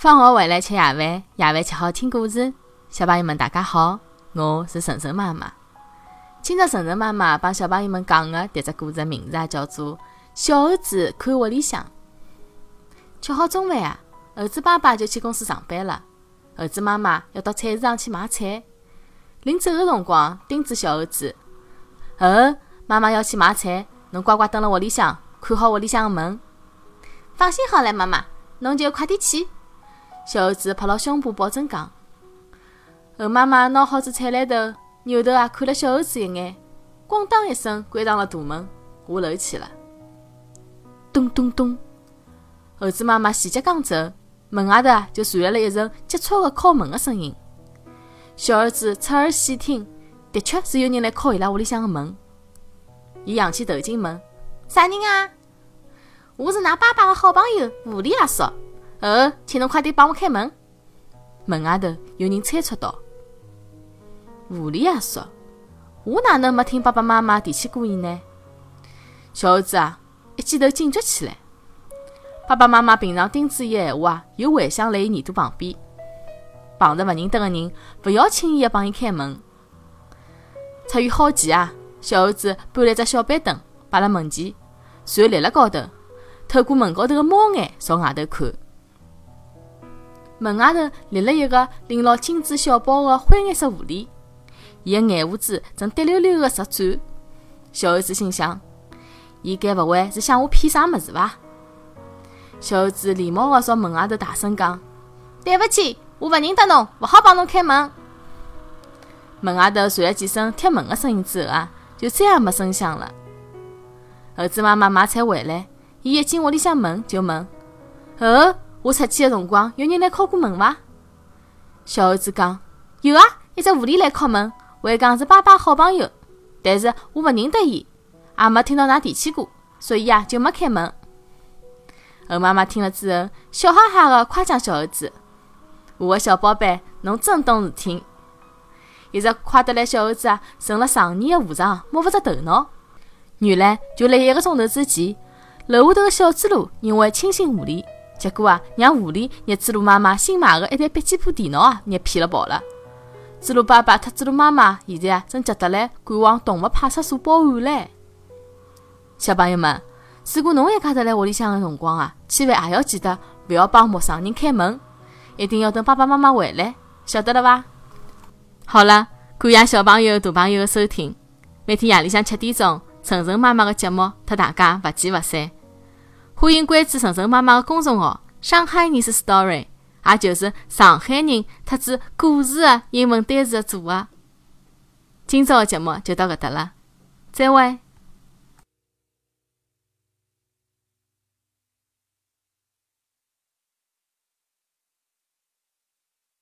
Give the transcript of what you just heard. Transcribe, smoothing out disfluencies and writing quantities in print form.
放学回来吃夜饭，夜饭吃好听故事。小朋友们大家好，我是晨晨妈妈。今朝晨晨妈妈帮小朋友们讲的迭只故事名字叫做《小猴子看屋里向》。吃好中饭啊，猴子爸爸就去公司上班了，猴子妈妈要到菜市场去买菜。临走的辰光，叮嘱小猴子：妈妈要去买菜，侬乖乖蹲辣屋里向，看好屋里向的门。放心好了，妈妈，侬就快点去。小猴子拍牢胸脯保证讲。猴妈妈拿好只菜篮头，扭头看了小猴子一眼，咣当一声关上了大门，下楼去了。咚咚咚，猴子妈妈前脚刚走，门外头就传来了一阵急促的敲门的声音。小猴子侧耳细听，的确是有人来敲伊拉屋里向的门。伊仰起头进问：啥人啊？我是㑚爸爸的好朋友狐狸阿叔。请侬快点帮我开门。门外头有人催促道。狐狸阿叔，我哪能没听爸爸妈妈提起过伊呢？小猴子一记头警觉起来。爸爸妈妈平常叮嘱伊的闲话又回响辣伊耳朵旁边。碰着勿认得的人，勿要轻易的帮伊开门。出于好奇小猴子搬了一只小板凳摆辣门前，然后立辣高头，透过门高头的猫眼朝外头看。门外头立了一个拎牢精致小包的灰颜色狐狸，伊的眼胡子正滴溜溜的直转。小猴子心想，伊该勿会是想我骗啥物事伐？小猴子礼貌的朝门外头大声讲：对不起，我勿认得侬，勿好帮侬开门。门外头传了几声踢门的声音之后就再也没声响了。猴子妈妈买菜回来，伊一进屋里向门就问：我出去的辰光有人来敲过门伐？小猴子讲：有一只狐狸来敲门，还讲是爸爸好朋友，但是我勿认得伊，也没听到㑚提起过，所以就没开门。猴妈妈听了之后，笑哈哈的夸奖小猴子：我的小宝贝，侬真懂事体。一直夸得来小猴子成了常年的和尚，摸勿着头脑。原来就辣1个钟头之前，楼下头的小猪猡因为轻信狐狸，结果让狐狸拿猪猡妈妈新买的一台笔记本电脑拿骗了跑了。猪猡爸爸和猪猡妈妈现在正急得来赶往动物派出所报案唻。小朋友们，如果侬一家头来屋里向的辰光千万也要记得勿要帮陌生人开门，一定要等爸爸妈妈回来，晓得了伐？好了，感谢小朋友大朋友的收听。每天夜里向7点钟，晨晨妈妈的节目和大家勿见勿散。欢迎关注晨晨妈妈的公众号上海人是 Story， 也就是上海人特指故事的英文单词的组合。今朝的节目就到搿搭了，再会。